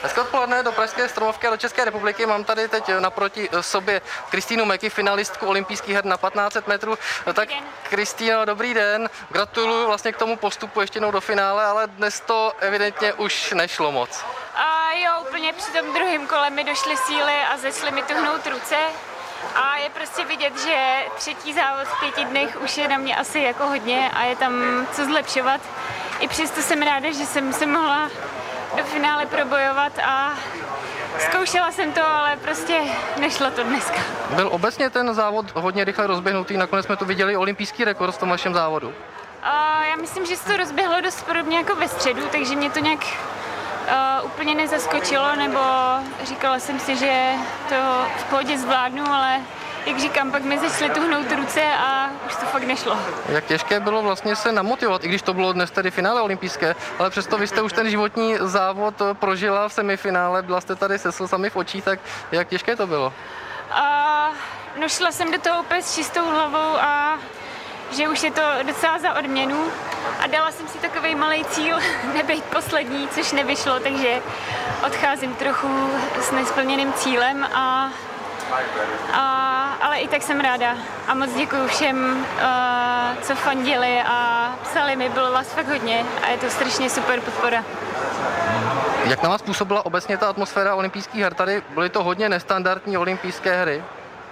Hezké odpoledne do Pražské Stromovky a do České republiky. Mám tady teď naproti sobě Kristýnu Meky, finalistku olympijských her na 1500 metrů. Tak Kristýno, dobrý den. Gratuluju vlastně k tomu postupu ještě jednou do finále, ale dnes to evidentně už nešlo moc. Jo, úplně při tom druhém kole mi došly síly a začaly mi tuhnout ruce. A je prostě vidět, že třetí závod v 5 dnech už je na mě asi jako hodně a je tam co zlepšovat. I přesto jsem ráda, že jsem se mohla do finále probojovat a zkoušela jsem to, ale prostě nešlo to dneska. Byl obecně ten závod hodně rychle rozběhnutý, nakonec jsme tu viděli olympijský rekord v tom vašem závodu. Já myslím, že se to rozběhlo dost podobně jako ve středu, takže mě to nějak úplně nezaskočilo, nebo říkala jsem si, že to v pohodě zvládnu, ale jak říkám, pak mi začaly tuhnout ruce a už to fakt nešlo. Jak těžké bylo vlastně se namotivovat, i když to bylo dnes tedy finále olympijské, ale přesto vy jste už ten životní závod prožila v semifinále, byla jste tady se slzami v očích, tak jak těžké to bylo? No šla jsem do toho úplně s čistou hlavou a že už je to docela za odměnu a dala jsem si takovej malý cíl nebejt poslední, což nevyšlo, takže odcházím trochu s nesplněným cílem, ale i tak jsem ráda a moc děkuju všem, co fandili a psali mi, bylo vás fakt hodně a je to strašně super podpora. Jak na vás působila obecně ta atmosféra olympijských her? Tady byly to hodně nestandardní olympijské hry.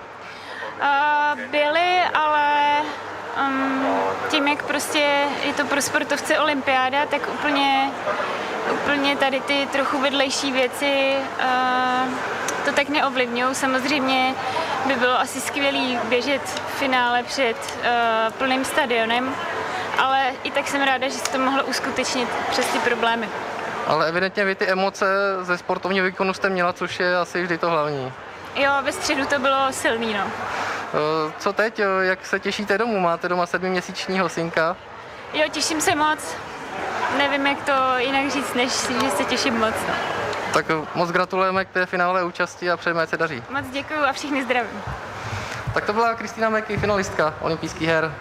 Byly, ale tím, jak prostě je to pro sportovce olympiáda, tak úplně tady ty trochu vedlejší věci to tak neovlivňují. Samozřejmě by bylo asi skvělý běžet v finále před plným stadionem, ale i tak jsem ráda, že se to mohlo uskutečnit přes ty problémy. Ale evidentně vy ty emoce ze sportovního výkonu jste měla, což je asi vždy to hlavní. Jo, ve středu to bylo silný, no. Co teď? Jak se těšíte domů? Máte doma 7měsíčního synka? Jo, těším se moc. Nevím, jak to jinak říct, než že se těším moc. No. Tak moc gratulujeme k té finálové účasti a přejeme, ať se daří. Moc děkuju a všichni zdravím. Tak to byla Kristýna Meky, finalistka olympijských her.